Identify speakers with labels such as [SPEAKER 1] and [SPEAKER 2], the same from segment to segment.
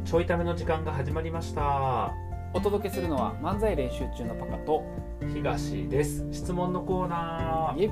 [SPEAKER 1] ちょいための時間が始まりました。
[SPEAKER 2] お届けするのは漫才練習中のパカと
[SPEAKER 1] 東です。質問のコーナー。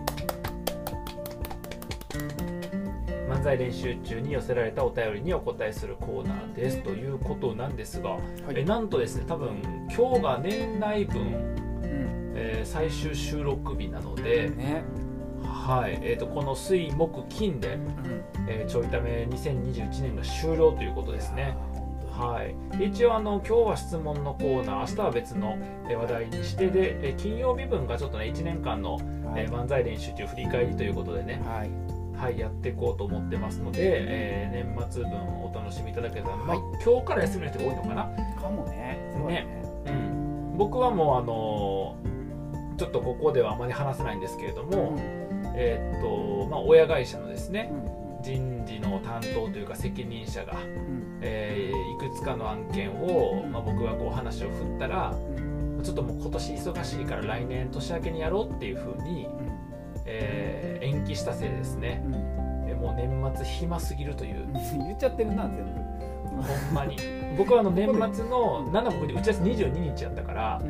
[SPEAKER 1] 漫才練習中に寄せられたお便りにお答えするコーナーですということなんですが、なんとですね、多分今日が年内分、最終収録日なので、はい、この水木金で、ちょいため2021年が終了ということですね。はい、で一応今日は質問のコーナー、明日は別の話題にしてで、金曜日分がちょっとね1年間の、漫才練習中振り返りということでね、はい、やっていこうと思ってますので、年末分お楽しみいただけたら、今日から休みの人が多いのかな
[SPEAKER 2] かもね。すごいね。
[SPEAKER 1] 僕はもうちょっとここではあまり話せないんですけれども、親会社のですね、人事の担当というか責任者が、いくつかの案件を、僕がこう話を振ったら、ちょっともう今年忙しいから来年年明けにやろうっていうふうに、延期したせいでですね、もう年末暇すぎるという
[SPEAKER 2] 言っちゃってるな全部
[SPEAKER 1] ほんまに僕は年末の僕に打ち合わせ22日やったから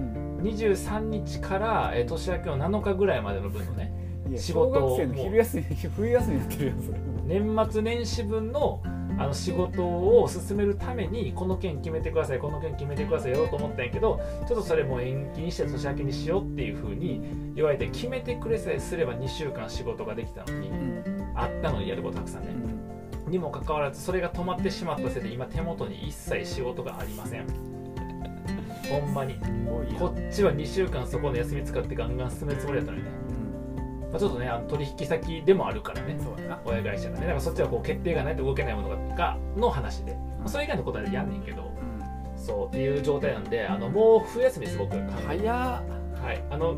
[SPEAKER 1] 、23日から、年明けの7日ぐらいまでの分のね仕事を、
[SPEAKER 2] 小学生の昼休み冬休みやってるやんそれ。
[SPEAKER 1] 年末年始分の仕事を進めるためにこの件決めてくださいこの件決めてくださいやろうと思ったんやけど、ちょっとそれもう延期にして年明けにしようっていう風に言われて、決めてくれさえすれば2週間仕事ができたのに、あったのにやることたくさんね、にもかかわらずそれが止まってしまったせいで今手元に一切仕事がありません。ほんまにこっちは2週間そこの休み使ってガンガン進めるつもりだったのにね、ちょっとね取引先でもあるからね、親会社がね、だからそっちはこう決定がないと動けないものがの話で、それ以外のことはやんねんけど、そうっていう状態なんで、もう冬休みです僕。
[SPEAKER 2] 早っ。
[SPEAKER 1] はい、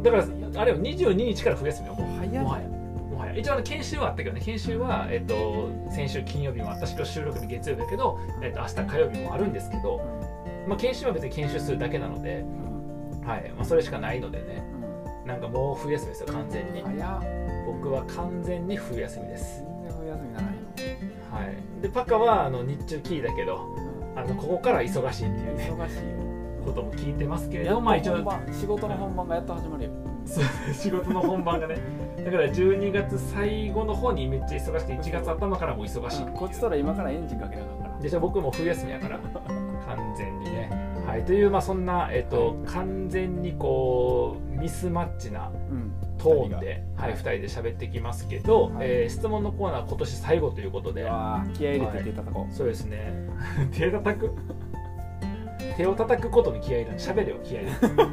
[SPEAKER 1] だからあれは22日から冬休みはもはや一応研修はあったけどね、研修は、先週金曜日もあったし、今日収録日月曜日だけど、明日火曜日もあるんですけど、研修は別に研修するだけなので、はいそれしかないのでね、なんかもう冬休みですよ完全に。僕は完全に冬休みです。
[SPEAKER 2] 全然冬休みじゃないの。
[SPEAKER 1] はい。でパカは日中聞いたけど、ここから忙しいっていうね、
[SPEAKER 2] 忙しいよ
[SPEAKER 1] ことも聞いてますけれども、一応
[SPEAKER 2] 仕事の本番がやっと始まるよ。
[SPEAKER 1] そう仕事の本番がね、だから12月最後の方にめっちゃ忙しくて、1月頭からも忙しい。
[SPEAKER 2] こっちとら今からエンジンかけなかったから。
[SPEAKER 1] で僕も冬休みやから完全にね。はい、というそんな、完全にこうミスマッチなトーンで、2人で喋ってきますけど、質問のコーナーは今年最後ということで、
[SPEAKER 2] 気合い入れて手叩こう。
[SPEAKER 1] そうですね手叩く手を叩くことに気合い入れる、喋れよ気合い入れる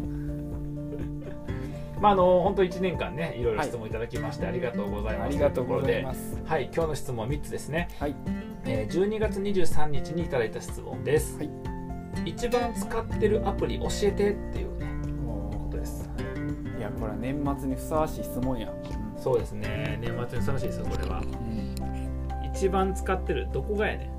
[SPEAKER 1] 本当1年間ねいろいろ質問いただきましてありがとうございます。
[SPEAKER 2] ありがとうございます。
[SPEAKER 1] はい、今日の質問は3つですね。12月23日にいただいた質問です。一番使ってるアプリ教えてっていうねことです。
[SPEAKER 2] いやこれは年末にふさわしい質問や。
[SPEAKER 1] そうですね、年末にふさわしいですよこれは。一番使ってるどこがやね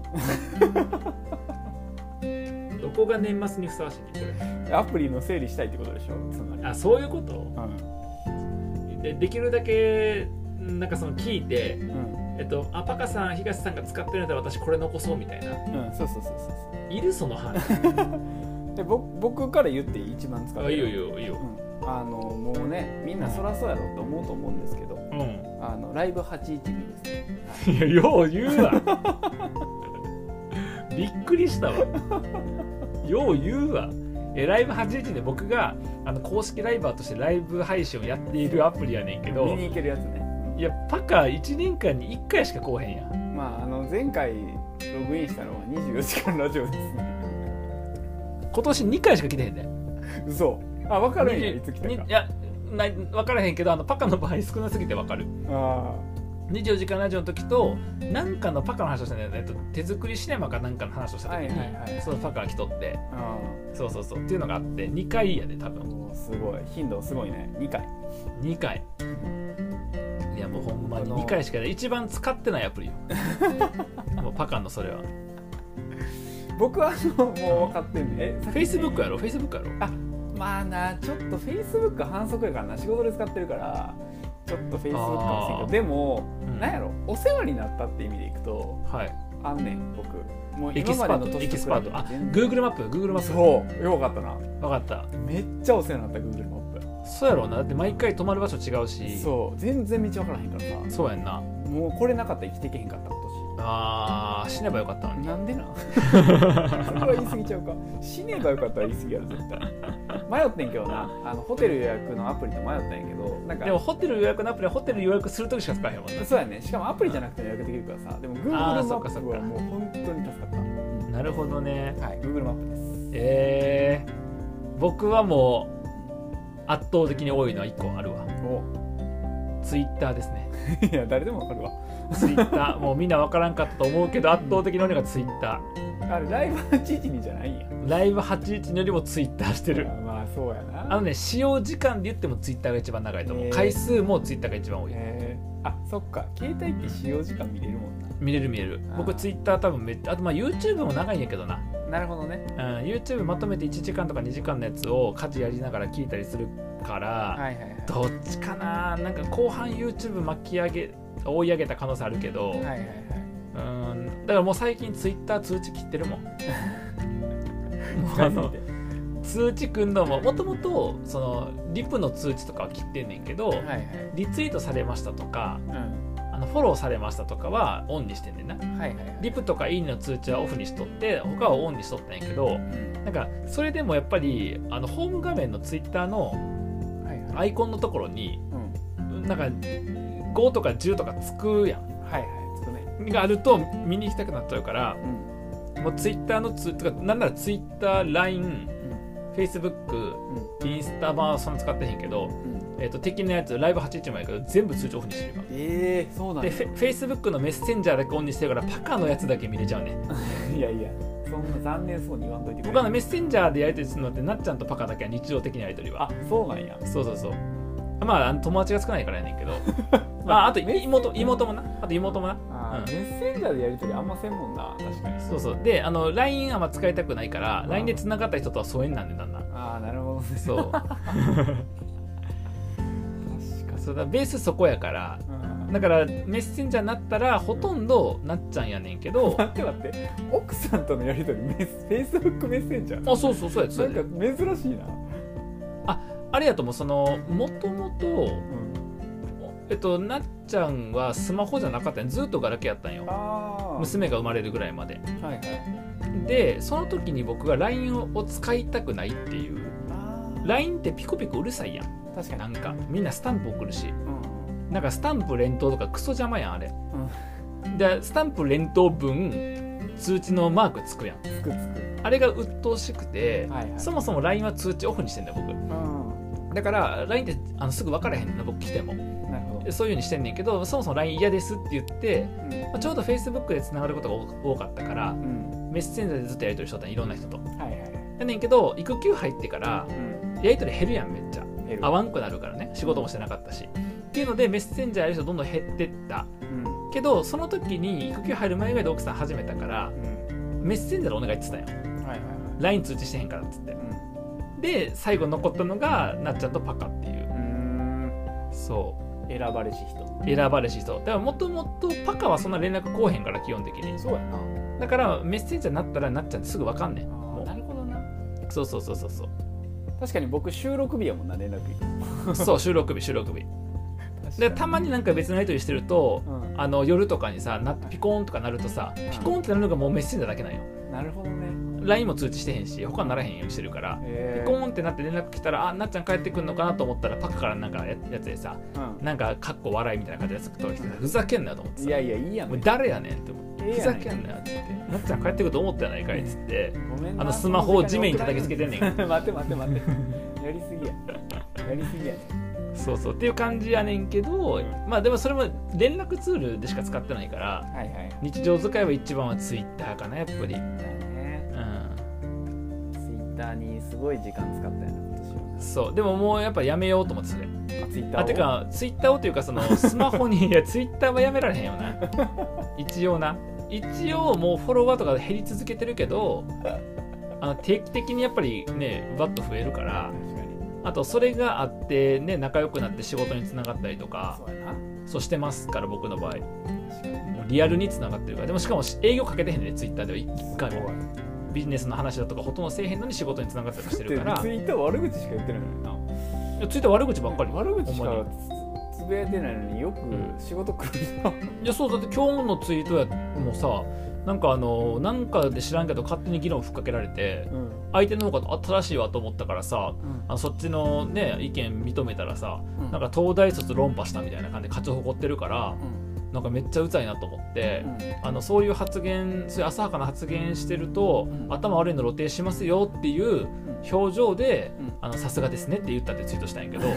[SPEAKER 1] んどこが年末にふさわしいねこれ。
[SPEAKER 2] アプリの整理したいってことでしょつまり。
[SPEAKER 1] そういうこと、できるだけなんかその聞いて、パカさん東さんが使ってるので私これ残そうみたいな。
[SPEAKER 2] そう
[SPEAKER 1] いるその話
[SPEAKER 2] で僕から言って一番使ってる。
[SPEAKER 1] いいよ、
[SPEAKER 2] もうねみんなそらそうやろって思うと思うんですけど、ライブ812ですね。
[SPEAKER 1] いやよう言うわびっくりしたわよう言うわ。ライブ812で僕が公式ライバーとしてライブ配信をやっているアプリやねんけど、
[SPEAKER 2] 見に行けるやつね。
[SPEAKER 1] いやパカ1年間に1回しか来おへんやん。
[SPEAKER 2] 前回ログインしたのは24時間ラジオですね。
[SPEAKER 1] 今年2回しか来てへんねん。
[SPEAKER 2] 嘘。分かるんやいつ来たか。
[SPEAKER 1] いや分からへんけどパカの場合少なすぎて分かる。24時間ラジオの時となんかのパカの話をしたんだよね。手作りシネマかなんかの話をした時に、そのパカが来とって、そうっていうのがあって2回やで多分。
[SPEAKER 2] すごい頻度すごいね。2回。
[SPEAKER 1] いやもうほんまに2回しかない。一番使ってないアプリよもうパカのそれは。
[SPEAKER 2] 僕はもう分かってんね。
[SPEAKER 1] Facebook やろ。
[SPEAKER 2] ちょっと Facebook 反則やからな。仕事で使ってるからちょっと Facebook かもしれんけど、でもなんやろお世話になったって意味でいくと、 あんねん僕もう
[SPEAKER 1] エキスパートエキスパートGoogle マップ
[SPEAKER 2] そうよかったな
[SPEAKER 1] 分かった。
[SPEAKER 2] めっちゃお世話になった Google マップ。
[SPEAKER 1] そうやろうな。だって毎回泊まる場所違うし。
[SPEAKER 2] そう全然道分からへんからさ。
[SPEAKER 1] そうやんな。
[SPEAKER 2] もうこれなかったら生きていけへんかった今年。
[SPEAKER 1] あー死ねばよかったのに。
[SPEAKER 2] なんでなそれは言い過ぎちゃうか。死ねばよかったら言い過ぎやろ絶対。迷ってんけどなホテル予約のアプリと迷ったんやけどなんか
[SPEAKER 1] でもホテル予約のアプリはホテル予約するときしか使えへんもんな。
[SPEAKER 2] そうやね。しかもアプリじゃなくて予約できるからさ。でも Google マップはもう本当に助かった。
[SPEAKER 1] なるほどね。
[SPEAKER 2] はい Google マップです。
[SPEAKER 1] 僕はもう圧倒的に多いのは1個あるわ。ツイッターですね。
[SPEAKER 2] いや誰でもわかるわ。
[SPEAKER 1] ツイッターもうみんなわからんかったと思うけど圧倒的なのがツイッター。
[SPEAKER 2] あれライブ812じゃないんや。
[SPEAKER 1] ライブ812よりもツイッターしてる。
[SPEAKER 2] まあそうやな。
[SPEAKER 1] 使用時間で言ってもツイッターが一番長いと思う。回数もツイッターが一番多い。
[SPEAKER 2] あそっか携帯って使用時間見れるもんな。
[SPEAKER 1] 見れる。僕ツイッター多分あとYouTube も長いんやけどな。
[SPEAKER 2] なるほどね。
[SPEAKER 1] YouTube まとめて1時間とか2時間のやつを家事やりながら聞いたりするから、どっちかな。なんか後半 YouTube 追い上げた可能性あるけど、だからもう最近 Twitter 通知切ってるもん。通知くんのもともとそのリプの通知とかは切ってんねんけど、リツイートされましたとか、フォローされましたとかはオンにしてんねんな。リプとかいいねの通知はオフにしとって他はオンにしとったんやけど、なんかそれでもやっぱりホーム画面の Twitter のアイコンのところに、なんか5とか10とかつくやん。
[SPEAKER 2] つくね。
[SPEAKER 1] があると見に行きたくなっちゃうから、もう Twitter のとかなんなら Twitter、LINE、Facebook、インスタはそんな使ってへんけど、敵のやつライブ811もやけど全部通知オフにしてるから。
[SPEAKER 2] そうなんだ。
[SPEAKER 1] で Facebook のメッセンジャーだけオンにしてるからパカのやつだけ見れちゃうね。
[SPEAKER 2] いやそんな残念そうに言わんといてくれ。
[SPEAKER 1] 僕はメッセンジャーでやり取りするのってなっちゃんとパカだけは日常的にやり取りは。
[SPEAKER 2] そうなんや。
[SPEAKER 1] そうまあ友達が少ないからやねんけどあと妹もな。メ
[SPEAKER 2] ッセンジャーでやり取りあんませんもんな。確かに。
[SPEAKER 1] でLINE あんま使いたくないから LINE で繋がった人とは疎遠なんでだんな。
[SPEAKER 2] なるほどね。
[SPEAKER 1] そうだベースそこやから、だからメッセンジャーになったらほとんどなっちゃんやねんけど。
[SPEAKER 2] 待って奥さんとのやり取りFacebook メッセンジャー。
[SPEAKER 1] そうやつ。
[SPEAKER 2] なんか珍しいな。
[SPEAKER 1] あれやとももともとなっちゃんはスマホじゃなかったんずっとガラケーやったんよ。娘が生まれるぐらいまで。でその時に僕が LINE を使いたくないっていう。 LINE ってピコピコうるさいやん。
[SPEAKER 2] 確かに。
[SPEAKER 1] なんかみんなスタンプ送るし、なんかスタンプ連投とかクソ邪魔やんあれ。でスタンプ連投分通知のマークつくやん。つくあれが鬱陶しくて、そもそも LINE は通知オフにしてんだよ僕。だから LINE ってすぐ分からへんねんな僕来ても。なるほど。そういう風にしてんねんけど、そもそも LINE 嫌ですって言って、ちょうど Facebook でつながることが多かったから、メッセンジャーでずっとやり取りしとったんいろんな人と。やねんけど育休入ってから、やり取り減るやんめっちゃ。合わんくなるからね、仕事もしてなかったし、っていうのでメッセンジャーやる人どんどん減ってった、けどその時に育休入る前ぐらいで奥さん始めたから、メッセンジャーでお願いって言ってたよ、LINE 通知してへんからっつって、で最後残ったのがなっちゃんとパカっていう、そう
[SPEAKER 2] 選ばれし人
[SPEAKER 1] だからもともとパカはそんな連絡こうへんから基本的に。
[SPEAKER 2] そうやな。
[SPEAKER 1] だからメッセンジャーになったらなっちゃんってすぐ分かんねん。
[SPEAKER 2] なるほどな。
[SPEAKER 1] そう
[SPEAKER 2] 確かに僕収録日やもんな連絡日。
[SPEAKER 1] そう収録日でたまになんか別のやり取りしてると、夜とかにさピコーンとかなるとさ、ピコーンってなるのがもうメッセンジャーだけなんよ。
[SPEAKER 2] なるほどね。
[SPEAKER 1] LINE も通知してへんし他にならへんようにしてるから、ピコーンってなって連絡来たらなっちゃん帰ってくるのかなと思ったらパカからなんかやつでさ、なんかかっこ笑いみたいな感じでやつと来てふざけんなよと思ってさ、
[SPEAKER 2] いやいいやん、
[SPEAKER 1] もう誰やねんって思って、ふざけんなよって言って、なっちゃん帰ってくると思ったやないかいっつって、スマホを地面に叩きつけてんねん。
[SPEAKER 2] 待ってやりすぎやね。
[SPEAKER 1] そうっていう感じやねんけど、まあでもそれも連絡ツールでしか使ってないから、日常使いは一番はツイッターかなやっぱり。
[SPEAKER 2] ツイッターにすごい時間使ったよな今年は。
[SPEAKER 1] そうでももうやっぱやめようと思ってそれ。
[SPEAKER 2] ツイッターを。
[SPEAKER 1] てかツイッターをというかそのスマホにいやツイッターはやめられへんよな。一応もうフォロワーとか減り続けてるけど、定期的にやっぱりねバッと増えるから。あとそれがあってね仲良くなって仕事につながったりとか、 そうしてますから僕の場合
[SPEAKER 2] 確かに
[SPEAKER 1] もうリアルにつながってるから。でもしかも営業かけてへんねん、ツイッターでは一回もビジネスの話だとかほとんどせえへんのに仕事につながったりしてるから。
[SPEAKER 2] ツイッター悪口しか言ってないのにな。
[SPEAKER 1] いやツイッター悪口ばっかり、
[SPEAKER 2] 悪口し
[SPEAKER 1] ほんまに
[SPEAKER 2] かつぶやいてないのによく仕事来るな。
[SPEAKER 1] いやそうだって今日のツイートやもうさ、なんかなんかで知らんけど勝手に議論ふっかけられて、
[SPEAKER 2] うん
[SPEAKER 1] 相手の方が正しいわと思ったからさ、
[SPEAKER 2] うん
[SPEAKER 1] そっちのね意見認めたらさ、
[SPEAKER 2] うん
[SPEAKER 1] なんか東大卒論破したみたいな感じで勝ち誇ってるから、なんかめっちゃうざいなと思って、そういう発言、そういう浅はかな発言してると、
[SPEAKER 2] うん
[SPEAKER 1] 頭悪いの露呈しますよっていう表情で、
[SPEAKER 2] うん
[SPEAKER 1] さすがですねって言ったってツイートしたんやけど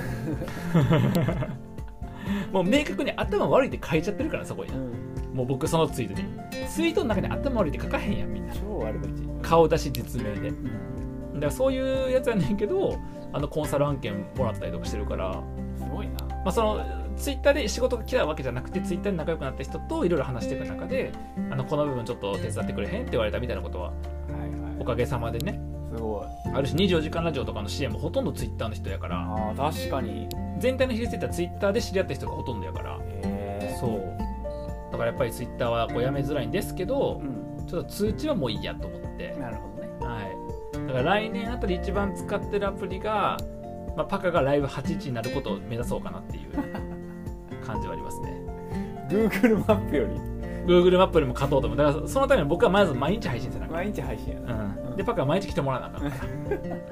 [SPEAKER 1] もう明確に頭悪いって書いちゃってるからそこに、もう僕そのツイートにツイートの中に頭悪いって書かへんやんみんな、
[SPEAKER 2] 超悪口。
[SPEAKER 1] 顔出し実名で。だからそういうやつやねんけど、コンサル案件もらったりとかしてるから、
[SPEAKER 2] すごいな。
[SPEAKER 1] そのツイッターで仕事が来たわけじゃなくて、ツイッターで仲良くなった人といろいろ話していく中で、この部分ちょっと手伝ってくれへんって言われたみたいなことは
[SPEAKER 2] はいはい。
[SPEAKER 1] おかげさまでね
[SPEAKER 2] すごい。
[SPEAKER 1] あるし、24時間ラジオとかの支援もほとんどツイッターの人やから、
[SPEAKER 2] ああ確かに。
[SPEAKER 1] 全体の比率で言ったらツイッターで知り合った人がほとんどやから、そうだからやっぱりツイッターはこうやめづらいんですけど、ちょっと通知はもういいやと思って、
[SPEAKER 2] なるほどね。
[SPEAKER 1] はい、だから来年あたり一番使ってるアプリが、パカがライブ81になることを目指そうかなっていう感じはありますね。
[SPEAKER 2] Google マップより
[SPEAKER 1] Google マップよりも勝とうと思う。だからそのために僕はまず毎日配信せなあかん、
[SPEAKER 2] 毎日配信やな。
[SPEAKER 1] でパカは毎日来てもらわなあかんから、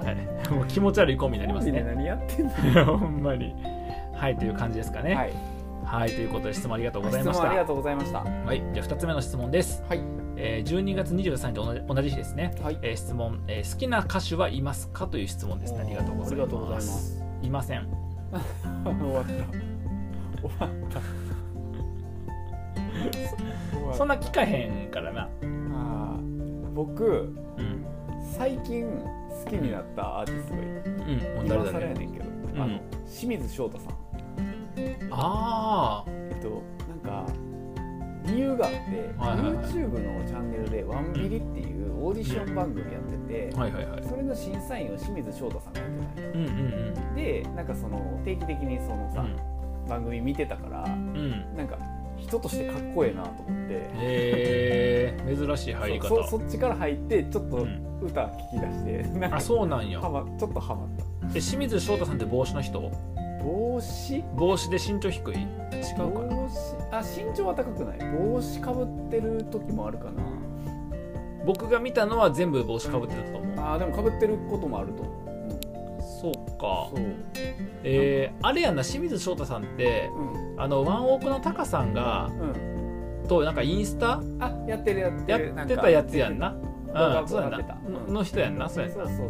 [SPEAKER 1] はい、もう気持ち悪いコンビになりますね。
[SPEAKER 2] 何やってんの。
[SPEAKER 1] ほんまに。はいという感じですかね。
[SPEAKER 2] はい。
[SPEAKER 1] はい、ということで質問ありがとうございました。
[SPEAKER 2] 質問ありがとうございました。
[SPEAKER 1] はい、じゃあ2つ目の質問です。
[SPEAKER 2] はい。
[SPEAKER 1] 12月23日同じ日ですね。
[SPEAKER 2] はい。
[SPEAKER 1] 質問、好きな歌手はいますかという質問ですね。ありがとうございます。
[SPEAKER 2] ありがとうございます。
[SPEAKER 1] いません。
[SPEAKER 2] 終わった。終わった。
[SPEAKER 1] そんな聞かへんからな。
[SPEAKER 2] 僕、
[SPEAKER 1] うん、
[SPEAKER 2] 最近好きになったアーティストがいる。
[SPEAKER 1] うん、
[SPEAKER 2] 今
[SPEAKER 1] 誰だね。
[SPEAKER 2] 更やねんけど、清水翔太さん。
[SPEAKER 1] ああ。
[SPEAKER 2] なんか理由があって、
[SPEAKER 1] はいはいはい、
[SPEAKER 2] YouTube のチャンネルでワンビリっていうオーディション番組やってて、
[SPEAKER 1] はいはいはい、
[SPEAKER 2] それの審査員を清水翔太さんがやってたんよ、
[SPEAKER 1] うんうんうん、
[SPEAKER 2] でなんかその定期的にそのさ、番組見てたから、なんか人としてかっこええなと思って、
[SPEAKER 1] へえ珍しい入り方。
[SPEAKER 2] そっちから入ってちょっと歌聞き出して、なんか
[SPEAKER 1] あそうなんや。
[SPEAKER 2] ちょっとハマった。
[SPEAKER 1] 清水翔太さんって帽子の人？
[SPEAKER 2] 帽子
[SPEAKER 1] で身長低い？違うかな。
[SPEAKER 2] 身長は高くない。帽子かぶってる時もあるかな。
[SPEAKER 1] 僕が見たのは全部帽子かぶってたと思う。
[SPEAKER 2] でもかぶってることもあると思う、
[SPEAKER 1] そうか。
[SPEAKER 2] そう
[SPEAKER 1] あれやんな、清水翔太さんって、ワンオークのタカさんが、となんかインスタ
[SPEAKER 2] やって
[SPEAKER 1] たやつやんな。そうやんなの人やんな。そうやんな。
[SPEAKER 2] そう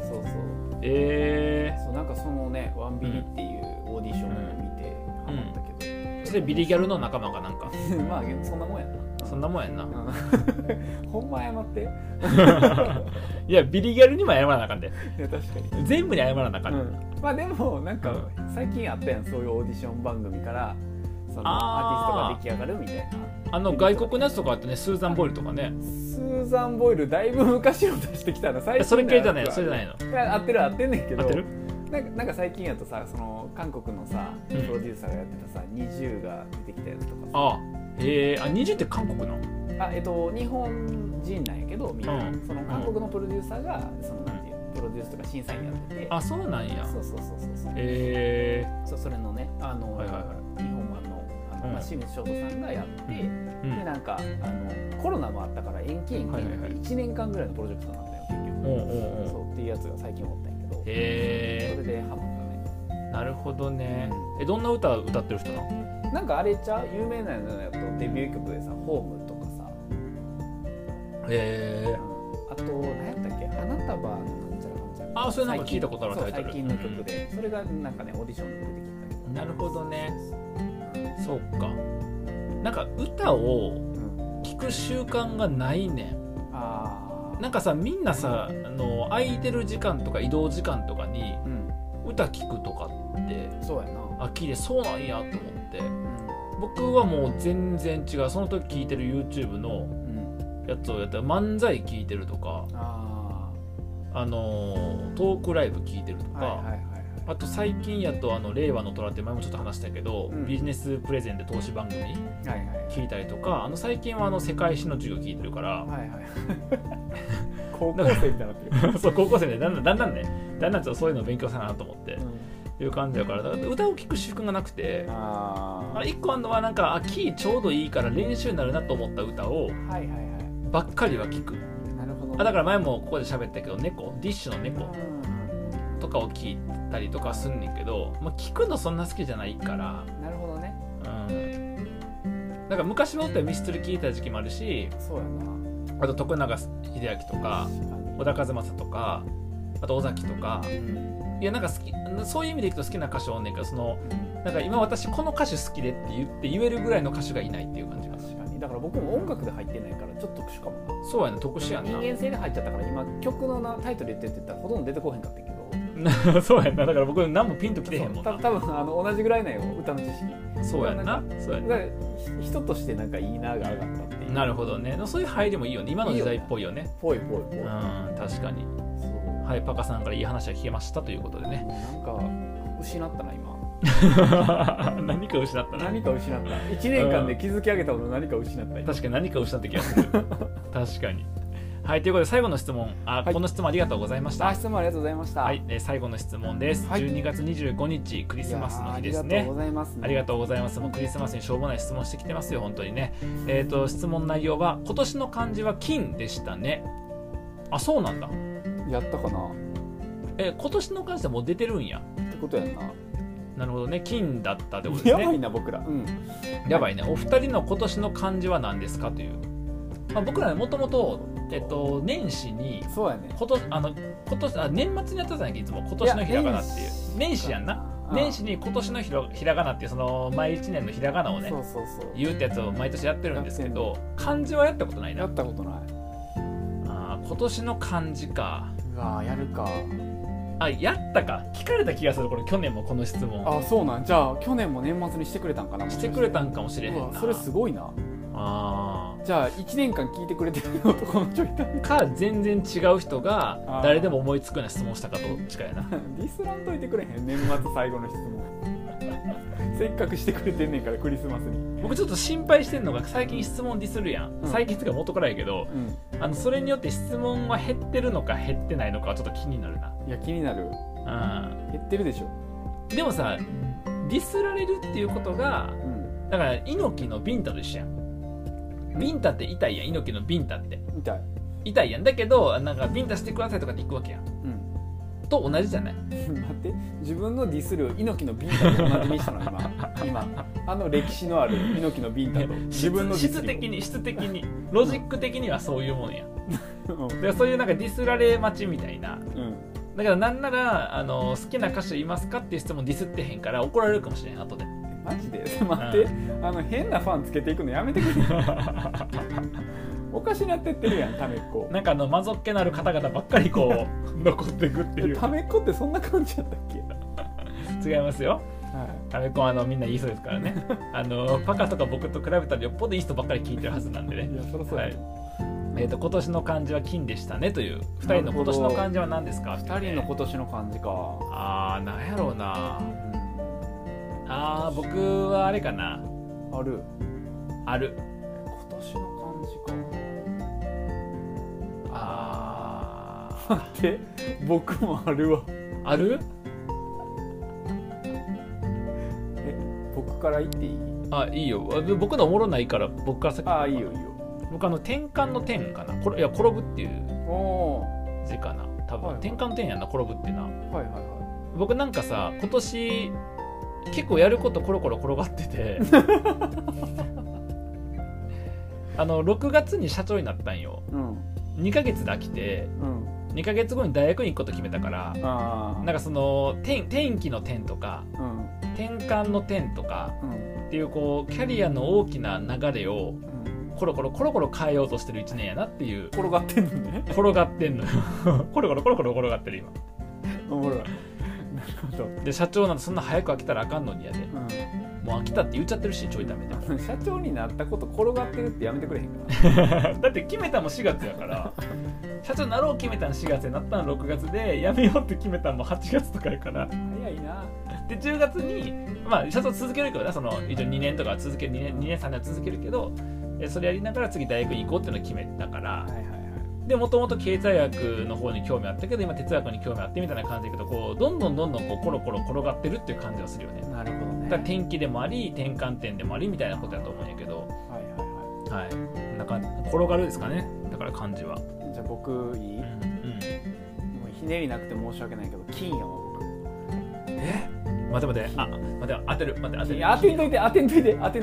[SPEAKER 2] なんかそのねワンビリっていうオーディションを見てハマったけど、
[SPEAKER 1] それビリギャルの仲間かなんか。
[SPEAKER 2] まあそんなもんやな。
[SPEAKER 1] そんなもんやんな。
[SPEAKER 2] ほんま謝って。
[SPEAKER 1] いやビリギャルにも謝らなあかんで。
[SPEAKER 2] いや確かに
[SPEAKER 1] 全部に謝らなあかんで。
[SPEAKER 2] まあでもなんか最近あったやん、そういうオーディション番組からそのアーティストが出来上がるみたいな。
[SPEAKER 1] 外国のやつとかあってね、スーザン・ボイルとかね。
[SPEAKER 2] スーザン・ボイルだいぶ昔の出してきたの。最近
[SPEAKER 1] それ系じゃないの？それじゃないの？
[SPEAKER 2] 合ってんねんけど。
[SPEAKER 1] 合ってる？
[SPEAKER 2] なんか最近やとさ、その韓国のさプロデューサーがやってたさ、20が出てきたやつとかさ。
[SPEAKER 1] 20って韓国の？
[SPEAKER 2] 日本人なんやけどみんな、その韓国のプロデューサーがそのなんていうプロデュースとか審査員やってて。
[SPEAKER 1] そうなんや。
[SPEAKER 2] そう。それのね日本版の清水翔太さんがやって、でなんかコロナもあったから延期って1年間ぐらいのプロジェクトなんだよ結局。そうっていうやつが最近おったんやけど、それでハマったね。
[SPEAKER 1] なるほどね。どんな歌歌ってる人なの？
[SPEAKER 2] なんかあれちゃう有名なのやとデビュー曲でさ「ホーム」とかさ、あと何やったっけ、花束のなんちゃらかんちゃら。
[SPEAKER 1] それなんか聞いたことあるタイトル。
[SPEAKER 2] 最近の曲で、それがなんかねオーディションで出てきたけど。
[SPEAKER 1] なるほどね。そうか。なんか歌を聴く習慣がないねん。なんかさみんなさ空いてる時間とか移動時間とかに歌聴くとかって
[SPEAKER 2] そうやな。
[SPEAKER 1] 聞いてそうなんやと思って、僕はもう全然違う。その時聴いてる YouTube のやつをやったら漫才聴いてるとか、トークライブ聴いてるとか、 あと最近やと令和の虎って前もちょっと話したけど、
[SPEAKER 2] うん、
[SPEAKER 1] ビジネスプレゼンで投資番組聞いたりとか、最近は世界史の授業聞いてるから、
[SPEAKER 2] はいはい、高校生みたいになってる
[SPEAKER 1] そう高校生でだんだんちょっとそういうのを勉強さなと思って、いう感じだから、歌を聴く習慣がなくて、一個あるのはなんかキーちょうどいいから練習になるなと思った歌をばっかりは聴く。
[SPEAKER 2] なるほど、
[SPEAKER 1] だから前もここで喋ったけどディッシュの猫とかを聴いたりとかすんねんけど、聴くのそんな好きじゃないから。
[SPEAKER 2] なるほどね。
[SPEAKER 1] だから昔の歌はミスチル聴いた時期もあるし、
[SPEAKER 2] そうやな、
[SPEAKER 1] あと徳永英明とか小田和正とか、あと尾崎とか、いやなんか好き、そういう意味でいくと好きな歌手おんねんけど、なんか今私この歌手好きでって言えるぐらいの歌手がいないっていう感じが。
[SPEAKER 2] 確かに。だから僕も音楽で入ってないからちょっと特殊かもな。
[SPEAKER 1] そうやね、特殊やんな。
[SPEAKER 2] 人間性で入っちゃったから今曲のタイトル言ってって言ったらほとんど出てこへんかったけど
[SPEAKER 1] そうやんな。だから僕何もピンときてへんもんな。
[SPEAKER 2] 多分同じぐらいなんよ、歌の知識。
[SPEAKER 1] そうやんな。そうやんな。
[SPEAKER 2] 人としてなんかいいなが上がったっていう。
[SPEAKER 1] なるほどね。そういう入りもいいよね。今の時代っぽいよね。
[SPEAKER 2] ぽい。
[SPEAKER 1] 確かに。はい、パカさんからいい話は聞けましたということでね。
[SPEAKER 2] なんか失ったな今。
[SPEAKER 1] 何か失ったな。
[SPEAKER 2] 何か失った。1年間で築き上げたもの何か失った。
[SPEAKER 1] 確かに何か失った気がする。確かに。はい、ということで最後の質問、この質問ありがとうございました。
[SPEAKER 2] 質問ありがとうございました。
[SPEAKER 1] はい、最後の質問です。12月25日クリスマスの日ですね。
[SPEAKER 2] ありがとうございます。
[SPEAKER 1] ありがとうございます。もうクリスマスにしょうもない質問してきてますよ本当にね。質問内容は今年の漢字は金でしたね。あ、そうなんだ。
[SPEAKER 2] やったかな。
[SPEAKER 1] 今年の漢字はもう出てるんや。
[SPEAKER 2] ってことやんな。
[SPEAKER 1] なるほどね、金だったってことですね。
[SPEAKER 2] やばいな僕ら。
[SPEAKER 1] やばいね。お二人の今年の漢字は何ですかという。僕らね、もともと年始に
[SPEAKER 2] そうやね。
[SPEAKER 1] 年末にやったじゃないか、いつも今年のひらがなっていう年始やんな。年始に今年のひらがなっていうその毎一年のひらがなをね言うってやつを毎年やってるんですけど、漢字はやったことないな。
[SPEAKER 2] やったことない。
[SPEAKER 1] 今年の漢字か。
[SPEAKER 2] うわやるか。
[SPEAKER 1] やったか。聞かれた気がする。これ去年もこの質問。
[SPEAKER 2] そうなん。じゃあ去年も年末にしてくれたんかな。
[SPEAKER 1] してくれたんかもしれへんな。
[SPEAKER 2] それすごいな。じゃあ1年間聞いてくれてる男のちょい
[SPEAKER 1] か全然違う人が誰でも思いつくような質問したかどっちかやな。
[SPEAKER 2] ディスらんといてくれへん。年末最後の質問せっかくしてくれてんねんからクリスマスに。
[SPEAKER 1] 僕ちょっと心配してんのが最近質問ディスるやん、最近とか元からやけど、それによって質問は減ってるのか減ってないのかはちょっと気になるな。
[SPEAKER 2] いや気になる。減ってるでしょ。
[SPEAKER 1] でもさ、ディスられるっていうことが、だから猪木のビンタと一緒やん。ビンタって痛いやん。猪木のビンタって痛いやん。だけどなんかビンタしてくださいとかって行くわけやん、と同じじゃない。
[SPEAKER 2] 待って、自分のディスる猪木のビンタと同じにしたの今歴史のある猪木のビンタと自分のディスる
[SPEAKER 1] 質的にロジック的にはそういうもんやでそういうなんかディスられ待ちみたいな、だからなんなら好きな歌手いますかっていう質問ディスってへんから怒られるかもしれん後で。
[SPEAKER 2] マジで待って、変なファンつけていくのやめてくれおかしなってってるやん、ためっこ。
[SPEAKER 1] なんかマゾッケなる方々ばっかりこう残っていくっていう。
[SPEAKER 2] ためっこってそんな感じやったっ
[SPEAKER 1] け？違いますよ。ためっこはみんないい人ですからねパカとか僕と比べたらよっぽどいい人ばっかり聞いてるはずなんでね。
[SPEAKER 2] いやそりゃそうや、
[SPEAKER 1] 今年の漢字は金でしたねという。2人の今年の漢字は何ですか？
[SPEAKER 2] 2人の今年の漢字か。
[SPEAKER 1] なんやろうな。僕はあれかな。ある。
[SPEAKER 2] 今年の漢字か。待って、僕もあるわ。
[SPEAKER 1] ある？
[SPEAKER 2] 僕から言っていい？
[SPEAKER 1] いいよ。僕のおもろないから僕から先に。
[SPEAKER 2] いいよいいよ。
[SPEAKER 1] 僕転換の転かな。いや転ぶっていう字かな。多分、転換の転やんな、転ぶってな。僕なんかさ、今年結構やることコロコロ転がってて6月に社長になったんよ、2ヶ月で飽きて、2ヶ月後に大学に行くこと決めたから、なんかその天気の転とか、転換の転とか、っていうこうキャリアの大きな流れをコロコロ変えようとしてる1年やなっていう。
[SPEAKER 2] 転がってんのね。
[SPEAKER 1] 転がってんのよコロコロ転がってる今。
[SPEAKER 2] おもろい。
[SPEAKER 1] で社長なんてそんな早く飽きたらあかんのにやで、もう飽きたって言っちゃってるし、ちょいためで
[SPEAKER 2] 社長になったこと転がってるってやめてくれへんか
[SPEAKER 1] だって決めたの4月やから社長になろう決めたの4月で、なったの6月で、やめようって決めたのも8月とかやから。
[SPEAKER 2] 早早いな。
[SPEAKER 1] で10月にまあシャツを続けるけどな、その一応2年とか続ける、2年3年は続けるけど、それやりながら次大学に行こうっていうのを決めたから、
[SPEAKER 2] はいはいはい、
[SPEAKER 1] でもともと経済学の方に興味あったけど今哲学に興味あってみたいな感じだけど、こうどんどんこうコロコロ転がってるっていう感じがするよね。
[SPEAKER 2] なるほどね。
[SPEAKER 1] だから転機でもあり転換点でもありみたいなことだと思うんやけど、
[SPEAKER 2] はいはいはい、
[SPEAKER 1] はい、なんか転がるですかね、だから感じは。
[SPEAKER 2] じゃあ僕いい、もうひねりなくて申し訳ないけど金やわ僕。
[SPEAKER 1] 待て当てる、当てる、
[SPEAKER 2] 当てんといて当てる。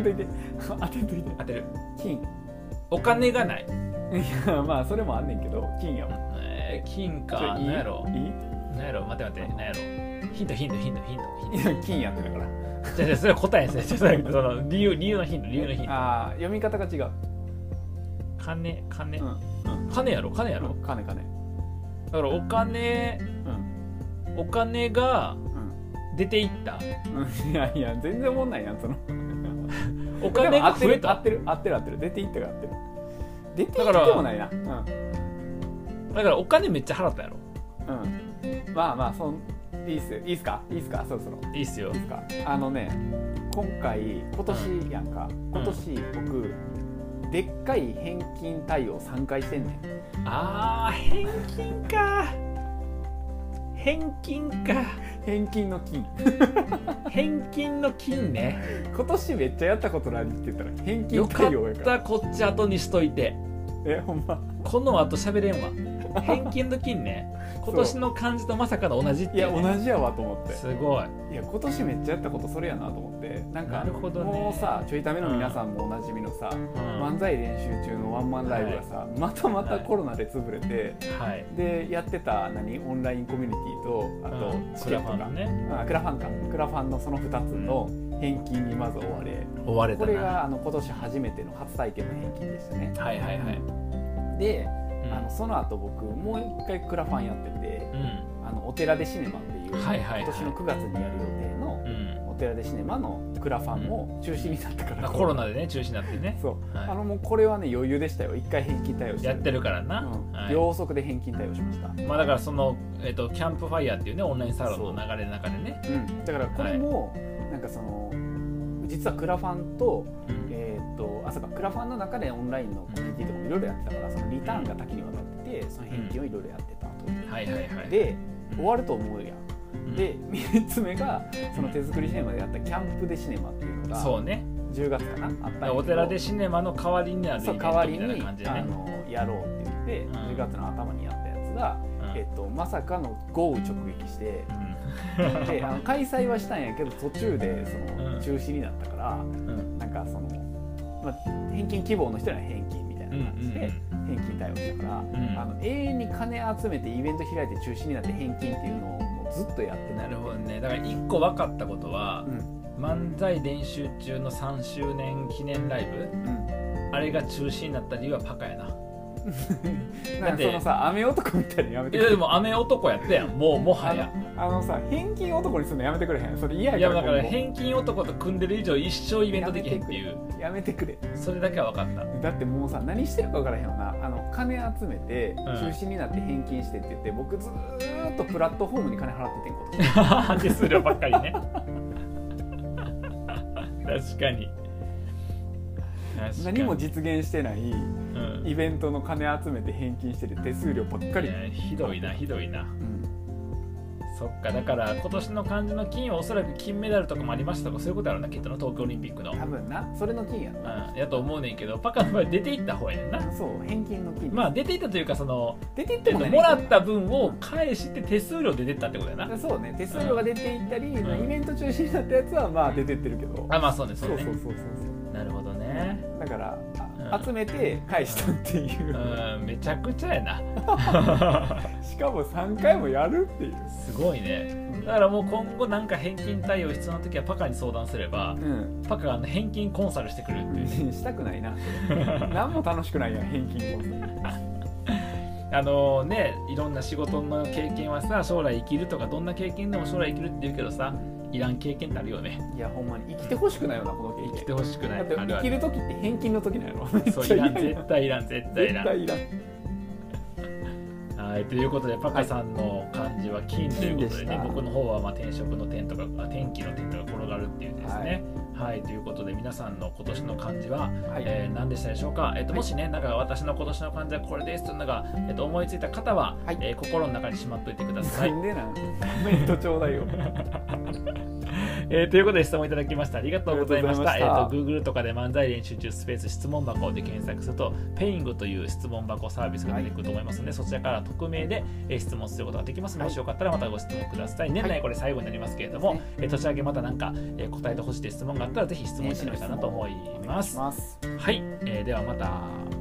[SPEAKER 2] 金。
[SPEAKER 1] お金がない。
[SPEAKER 2] いやまあそれもあんねんけど金やわ。
[SPEAKER 1] 金か。なんやろ待てなんやろ。ヒント。いや
[SPEAKER 2] 金やってだから。
[SPEAKER 1] じゃそれは答えですね。その理由のヒント。
[SPEAKER 2] ああ、読み方が違う。
[SPEAKER 1] 金やろ。
[SPEAKER 2] 金。
[SPEAKER 1] だからお金が出ていった。
[SPEAKER 2] いや全然思んないやんその。
[SPEAKER 1] お金が増えた。
[SPEAKER 2] 合ってる。出ていったが合ってる。出ていってもないな。
[SPEAKER 1] だからお金めっちゃ払ったやろ。
[SPEAKER 2] まあいいっすかそろそろ。
[SPEAKER 1] いいっすよ。
[SPEAKER 2] 今年やんか。今年僕でっかい返金対応3回してんねん。
[SPEAKER 1] 返金か。返金の金。返金の金ね。
[SPEAKER 2] 今年めっちゃやったこと何って言ったら返金対応やから。
[SPEAKER 1] よかった、こっち後にしといて。
[SPEAKER 2] ほんま。
[SPEAKER 1] この後喋れんわ。返金の金ね。今年の漢字とまさかの同じっていう、ね、
[SPEAKER 2] いや同じやわと思って。
[SPEAKER 1] すごい。
[SPEAKER 2] いや今年めっちゃやったことそれやなと思って。なんか
[SPEAKER 1] なるほど、ね、
[SPEAKER 2] もうさちょいための皆さんもおなじみのさ、漫才練習中のワンマンライブがさ、またコロナで潰れて、でやってたオンラインコミュニティとあとチケットが、クラファンのその2つの返金にまず追われた。これが今年初めての初体験の返金でしたね。でその後僕もう一回クラファンやってて、お寺でシネマっていう、今年の9月にやる予定のお寺でシネマのクラファンも中止になったから、
[SPEAKER 1] コロナでね中止になってね。
[SPEAKER 2] そう、もうこれはね余裕でしたよ。一回返金対応して
[SPEAKER 1] やってるからな、
[SPEAKER 2] 秒速で返金対応しました。
[SPEAKER 1] まあだからその、キャンプファイヤーっていうねオンラインサロンの流れの中でね、
[SPEAKER 2] だからこれも、なんかその実はクラファンと、そうかクラファンの中でオンラインのコミュニティとかもいろいろやってたから、そのリターンが多岐にわたってて、その返金をいろいろやってたと。で終わると思うやん。で3つ目がその手作りシネマでやったキャンプでシネマっていうのが
[SPEAKER 1] そうね
[SPEAKER 2] 10月かなあったんだけど、
[SPEAKER 1] お寺でシネマの代わりになるイベントみたいな感じでね、
[SPEAKER 2] やろうって言って、10月の頭にやったやつが、まさかの豪雨直撃して、で開催はしたんやけど途中でその中止になったから、なんかその、返金希望の人には返金みたいな感じで返金対応したから、永遠に金集めてイベント開いて中止になって返金っていうのをもうずっとやってた。
[SPEAKER 1] なるほどね。だから1個分かったことは、漫才練習中の3周年記念ライブ、あれが中止になった理由はパカやな。
[SPEAKER 2] なんかそのさ雨男みたいにやめてくれ。
[SPEAKER 1] いやでも雨男やったやん。もはや
[SPEAKER 2] さ返金男にするのやめてくれへん。それ嫌やから。
[SPEAKER 1] いやだから返金男と組んでる以上一生イベントできへんっていう。
[SPEAKER 2] やめてくれ。
[SPEAKER 1] それだけは分かった。
[SPEAKER 2] だってもうさ何してるか分からへんよな。金集めて中止になって返金してって言って、僕ずーっとプラットフォームに金払っててんこと。
[SPEAKER 1] 手数料ばっかりね。確かに。
[SPEAKER 2] 何も実現してないイベントの金集めて返金してて手数料ばっかり。
[SPEAKER 1] ひどいな。そっか、だから今年の漢字の金はおそらく金メダルとかもありましたとかそういうことやろうな、きっとの東京オリンピックの
[SPEAKER 2] 多分な、それの金やな、
[SPEAKER 1] やと思うねんけど、パカの場合出ていった方やねんな。
[SPEAKER 2] そう、返金の金。
[SPEAKER 1] まあ出ていったというか、その
[SPEAKER 2] 出ていっても
[SPEAKER 1] もらった分を返して手数料出てったってことやな。
[SPEAKER 2] そうね、手数料が出ていったり、イベント中止になったやつはまあ出てってるけど、
[SPEAKER 1] まあそうです、
[SPEAKER 2] そう。
[SPEAKER 1] なるほどね。
[SPEAKER 2] だから集めて返したっていう、
[SPEAKER 1] めちゃくちゃやな。
[SPEAKER 2] しかも3回もやるっていう、
[SPEAKER 1] すごいね。だからもう今後なんか返金対応必要な時はパカに相談すれば、パカが返金コンサルしてくるっていうね。
[SPEAKER 2] したくないな。何も楽しくないやん、返金コンサル。
[SPEAKER 1] いろんな仕事の経験はさ、将来生きるとかどんな経験でも将来生きるって言うけどさ、いらん経験ってあるよね。
[SPEAKER 2] いやほんまに生きてほしくないよな、この経験。
[SPEAKER 1] 生きてほしくない。
[SPEAKER 2] だって生きる時って返金の時なの。
[SPEAKER 1] そう、いらん、絶対いらん。
[SPEAKER 2] 絶対いらん。
[SPEAKER 1] はい、ということでパカさんの漢字は金ということでね、僕の方は転職の点とか天気の点とか転がるっていうですね。はい、ということで皆さんの今年の漢字は、何でしたでしょうか。もしね、なんか私の今年の漢字はこれですというのが、思いついた方は、心の中にしまっといてください。
[SPEAKER 2] なんでなんコメントちょうだいよ。
[SPEAKER 1] ということで質問いただきました。ありがとうございました。Google とかで漫才練習中スペース質問箱で検索するとペイングという質問箱サービスが出てくると思いますので、そちらから匿名で質問することができます。もしよかったらまたご質問ください。年内これ最後になりますけれども、年明けまたなんか答えてほしい質問があったらぜひ質問してみたいなと思います。はい、ではまた。